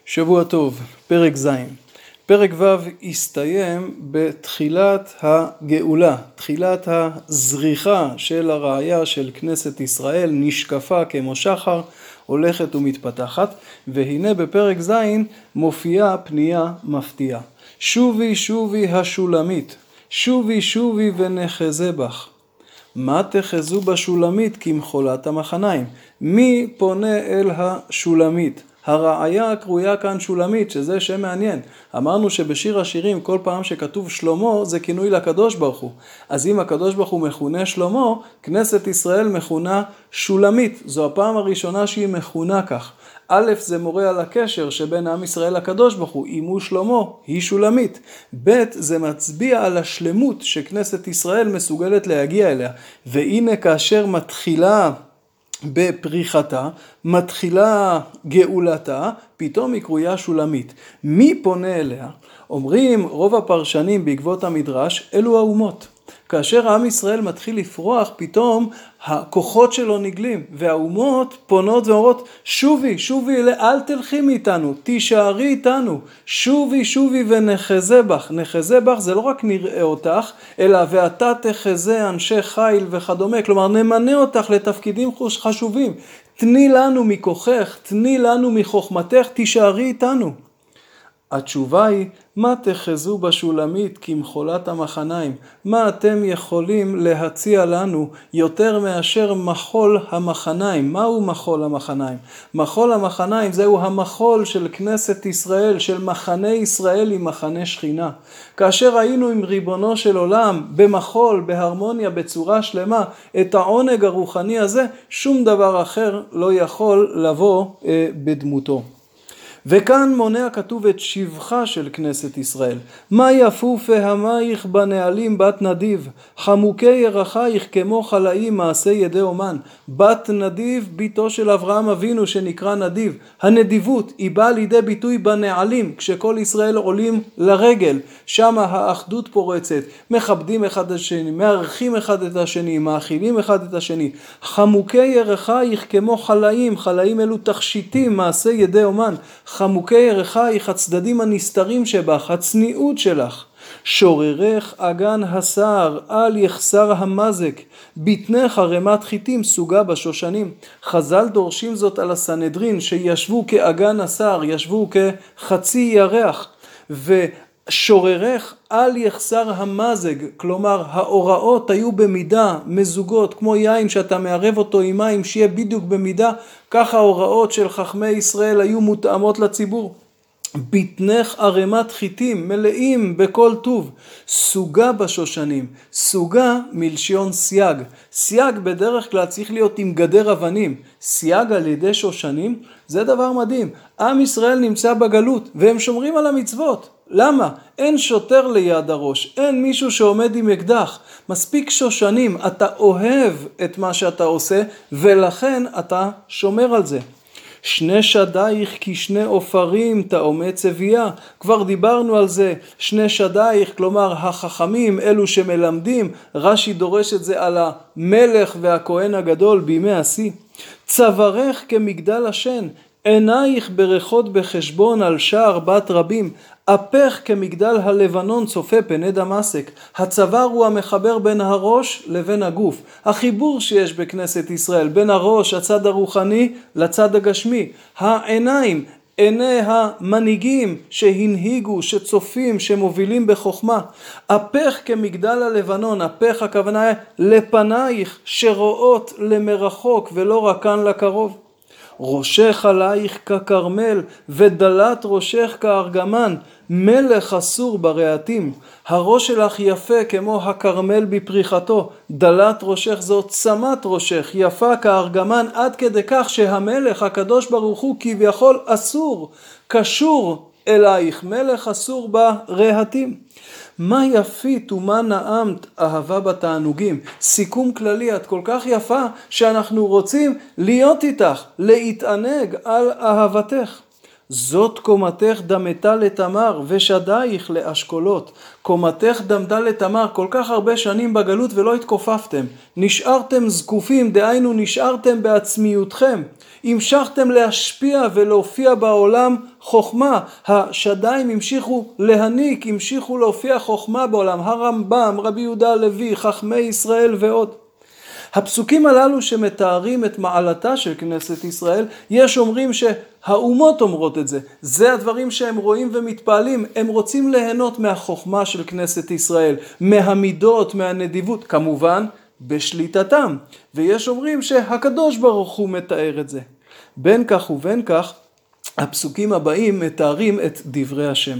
שבוע טוב, פרק ז'. פרק ו' הסתיים בתחילת הגאולה, תחילת הזריחה של הרעיה של כנסת ישראל, נשקפה כמו שחר, הולכת ומתפתחת, והנה בפרק ז' מופיעה פנייה מפתיעה. שובי שובי השולמית, שובי שובי ונחזה בך. מה תחזו בשולמית כמחולת המחניים? מי פונה אל השולמית? הרעיה קרויה כאן שולמית, שזה שם מעניין. אמרנו שבשיר השירים כל פעם שכתוב שלמה זה כינוי לקדוש ברוך הוא. אז אם הקדוש ברוך הוא מכונה שלמה, כנסת ישראל מכונה שולמית. זו הפעם הראשונה שהיא מכונה כך. א', זה מורה על הקשר שבין עם ישראל לקדוש ברוך הוא, אמו שלמה היא שולמית. ב', זה מצביע על השלמות שכנסת ישראל מסוגלת להגיע אליה. והנה כאשר מתחילה בפריחתה, מתחילה גאולתה, פתאום היא קרויה שולמית. מי פונה אליה? אומרים רוב הפרשנים בעקבות המדרש, אלו האומות. כאשר עם ישראל מתחיל לפרוח, פתאום הכוחות שלו נגלים, והאומות פונות ואומרות, שובי, שובי, אל תלכי מאיתנו, תישארי איתנו, שובי, שובי ונחזה בך. נחזה בך זה לא רק נראה אותך, אלא ואתה תחזה אנשי חיל וכדומה, כלומר נמנה אותך לתפקידים חשובים, תני לנו מכוחך, תני לנו מחוכמתך, תישארי איתנו. התשובה היא, מה תחזו בשולמית כמחולת המחניים? מה אתם יכולים להציע לנו יותר מאשר מחול המחניים? מהו מחול המחניים? מחול המחניים זהו המחול של כנסת ישראל, של מחנה ישראל עם מחנה שכינה. כאשר היינו עם ריבונו של עולם במחול, בהרמוניה, בצורה שלמה, את העונג הרוחני הזה, שום דבר אחר לא יכול לבוא בדמותו. וכאן מונה כתוב את שבחה של כנסת ישראל. מה יפופה המייך בנעלים בת נדיב, חמוקי ירחייך כמו חלאים מעשה ידי אומן. בת נדיב, ביתו של אברהם אבינו שנקרא נדיב. הנדיבות היא באה לידי ביטוי בנעלים, כשכל ישראל עולים לרגל. שם האחדות פורצת, מכבדים אחד את השני, מארחים אחד את השני, מאכילים אחד את השני. חמוקי ירחייך כמו חלאים, חלאים אלו תכשיטים, מעשה ידי אומן. חמוקי ירחייך, הצדדים הנסתרים שבך, הצניעות שלך. שוררך אגן הסער, אל יחסר המזק, בטנך ערימת חיטים סוגה בשושנים. חז"ל דורשים זאת על הסנהדרין, שישבו כאגן הסער, ישבו כחצי ירח. ושוררך אל יחסר המזג, כלומר ההוראות היו במידה מזוגות, כמו יין שאתה מערב אותו עם מים שיהיה בדיוק במידה, ככה ההוראות של חכמי ישראל היו מותאמות לציבור. בטנך ערימת חיטים מלאים בכל טוב, סוגה בשושנים. סוגה מלשון סייג. סייג בדרך כלל צריך להיות עם גדר אבנים. סייג על ידי שושנים זה דבר מדהים. עם ישראל נמצא בגלות והם שומרים על המצוות. למה? אין שוטר ליד הראש, אין מישהו שעומד עם אקדח. מספיק שושנים, אתה אוהב את מה שאתה עושה ולכן אתה שומר על זה. שני שדייך כשני עופרים תאומי צבייה. כבר דיברנו על זה. שני שדייך, כלומר החכמים, אלו שמלמדים. רש"י דורש את זה על המלך והכהן הגדול בימי השיא. צווארך כמגדל השן, עינייך ברכות בחשבון על שער בת רבים. אפך כמגדל הלבנון צופה פני דמשק. הצוואר הוא המחבר בין הראש לבין הגוף. החיבור שיש בכנסת ישראל בין הראש, הצד הרוחני, לצד הגשמי. העיניים, עיני המנהיגים שהנהיגו, שצופים, שמובילים בחוכמה. אפך כמגדל הלבנון, אפך הכוונה לפנייך שרואות למרחוק ולא רק כאן לקרוב. ראשך עלייך ככרמל ודלת ראשך כארגמן, מלך אסור ברעתים. הראש שלך יפה כמו הכרמל בפריחתו, דלת ראשך זאת צמת ראשך, יפה כארגמן, עד כדי כך שהמלך הקדוש ברוך הוא כביכול אסור, קשור אלייך, מלך אסור ברעתים. מה יפית ומה נעמת אהבה בתענוגים. סיכום כללי, את כל כך יפה שאנחנו רוצים להיות איתך, להתענג על אהבתך. זאת קומתך דמתה לתמר ושדייך לאשכולות. קומתך דמתה לתמר, כל כך הרבה שנים בגלות ולא התכופפתם. נשארתם זקופים, דהיינו נשארתם בעצמיותכם. המשכתם להשפיע ולהופיע בעולם חוכמה. השדיים המשיכו להניק, המשיכו להופיע חוכמה בעולם. הרמב"ם, רבי יהודה הלוי, חכמי ישראל ועוד. הפסוקים הללו שמתארים את מעלתה של כנסת ישראל, יש אומרים שהאומות אומרות את זה. זה הדברים שהם רואים ומתפעלים. הם רוצים ליהנות מהחוכמה של כנסת ישראל, מהמידות, מהנדיבות, כמובן בשליטתם. ויש אומרים שהקדוש ברוך הוא מתאר את זה. בין כך ובין כך, הפסוקים הבאים מתארים את דברי השם.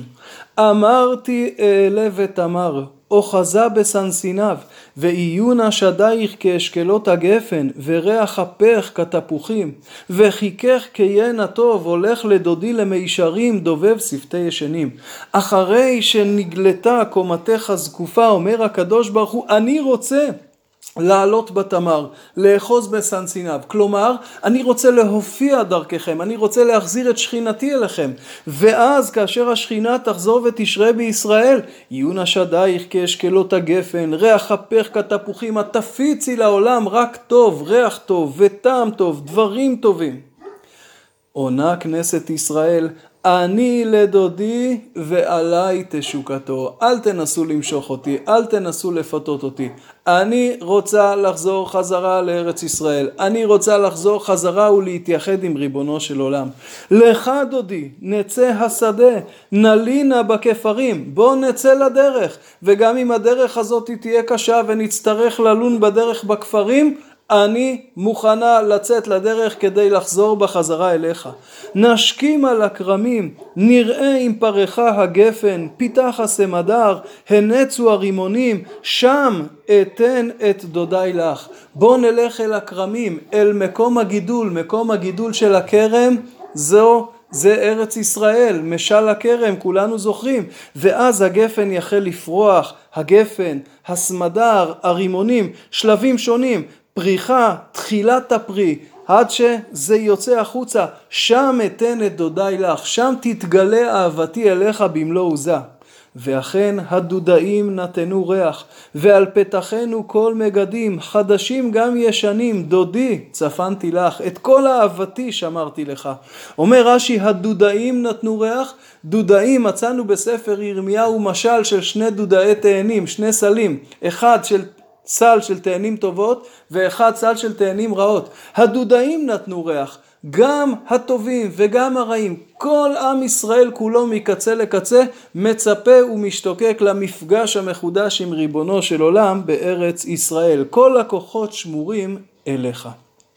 אמרתי אעלה ותמר, אוחזה בסנסיניו, ועיון שדייך כאשכלות הגפן, וריח אפך כתפוחים, וחיכך כיין הטוב, הולך לדודי למישרים, דובב שפתי ישנים. אחרי שנגלתה קומתך הזקופה, אומר הקדוש ברוך הוא, אני רוצה לעלות בתמר, לאחוז בסנסיניו. כלומר, אני רוצה להופיע דרככם, אני רוצה להחזיר את שכינתי אליכם. ואז כאשר השכינה תחזור ותשרה בישראל, עיון השדייך כאשכלות הגפן, ריח אפך כתפוחים, תפיצי לעולם רק טוב, ריח טוב וטעם טוב, דברים טובים. עונה כנסת ישראל, אני לדודי ועליי תשוקתו. אל תנסו למשוך אותי, אל תנסו לפתות אותי. אני רוצה לחזור חזרה לארץ ישראל. אני רוצה לחזור חזרה ולהתייחד עם ריבונו של עולם. לך דודי, נצא השדה, נלינה בכפרים. בוא נצא לדרך. וגם אם הדרך הזאת תהיה קשה ונצטרך ללון בדרך בכפרים, אני מוכנה לצאת לדרך כדי לחזור בחזרה אליך. נשכים על הכרמים, נראה עם פרחה הגפן, פיתח הסמדר, הנצו הרימונים, שם אתן את דודי לך. בוא נלך אל הכרמים, אל מקום הגידול, מקום הגידול של הכרם, זה ארץ ישראל, משל הכרם, כולנו זוכרים. ואז הגפן יחל לפרוח, הגפן, הסמדר, הרימונים, שלבים שונים, פריחה, תחילת הפרי, עד שזה יוצא החוצה, שם אתן את דודי לך, שם תתגלה אהבתי אליך במלוא עוזה. ואכן הדודאים נתנו ריח, ועל פתחנו כל מגדים, חדשים גם ישנים, דודי צפנתי לך, את כל אהבתי שמרתי לך. אומר רש"י, הדודאים נתנו ריח, דודאים מצאנו בספר ירמיהו משל של שני דודאי תאנים, שני סלים, אחד של סל של תאנים טובות ואחד סל של תאנים רעות. הדודאים נתנו ריח, גם הטובים וגם הרעים. כל עם ישראל כולו מקצה לקצה מצפה ומשתוקק למפגש המחודש עם ריבונו של עולם בארץ ישראל. כל הכוחות שמורים אליך.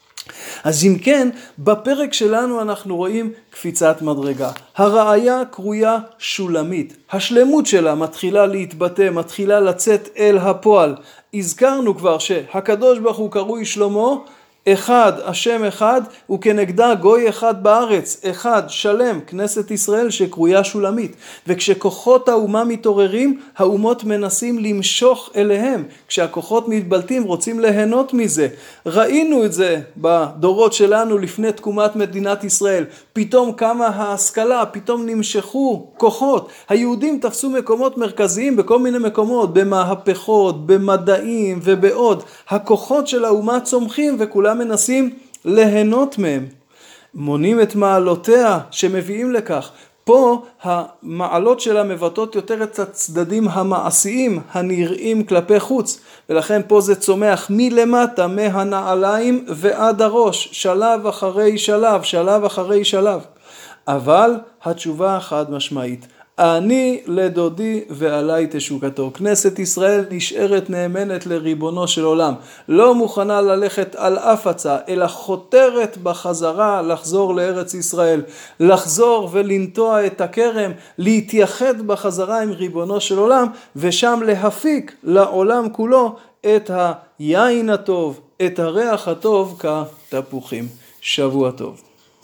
אז אם כן, בפרק שלנו אנחנו רואים קפיצת מדרגה. הראיה קרויה שולמית. השלמות שלה מתחילה להתבטא, מתחילה לצאת אל הפועל. הזכרנו כבר שהקדוש ברוך הוא קרוי שלמה, אחד, השם אחד, וכנגדה גוי אחד בארץ, אחד, שלם, כנסת ישראל שקרויה שולמית. וכשכוחות האומה מתעוררים, האומות מנסים למשוך אליהם. כשהכוחות מתבלטים, רוצים ליהנות מזה. ראינו את זה בדורות שלנו לפני תקומת מדינת ישראל. פתאום קמה ההשכלה, פתאום נמשכו כוחות. היהודים תפסו מקומות מרכזיים בכל מיני מקומות, במהפכות, במדעים ובעוד. הכוחות של האומה צומחים וכולם מנסים ליהנות מהם. מונים את מעלותיה שמביאים לכך. פה המעלות שלה מבטאות יותר את הצדדים המעשיים הנראים כלפי חוץ. ולכן פה זה צומח מלמטה, מהנעליים ועד הראש, שלב אחרי שלב, שלב אחרי שלב. אבל התשובה חד משמעית. אני לדודי ועליי תשוקתו. כנסת ישראל נשארת נאמנת לריבונו של עולם. לא מוכנה ללכת על אף הצעה, אלא חותרת בחזרה לחזור לארץ ישראל. לחזור ולנטוע את הכרם, להתייחד בחזרה עם ריבונו של עולם, ושם להפיק לעולם כולו את היין הטוב, את הריח הטוב כתפוחים. שבוע טוב.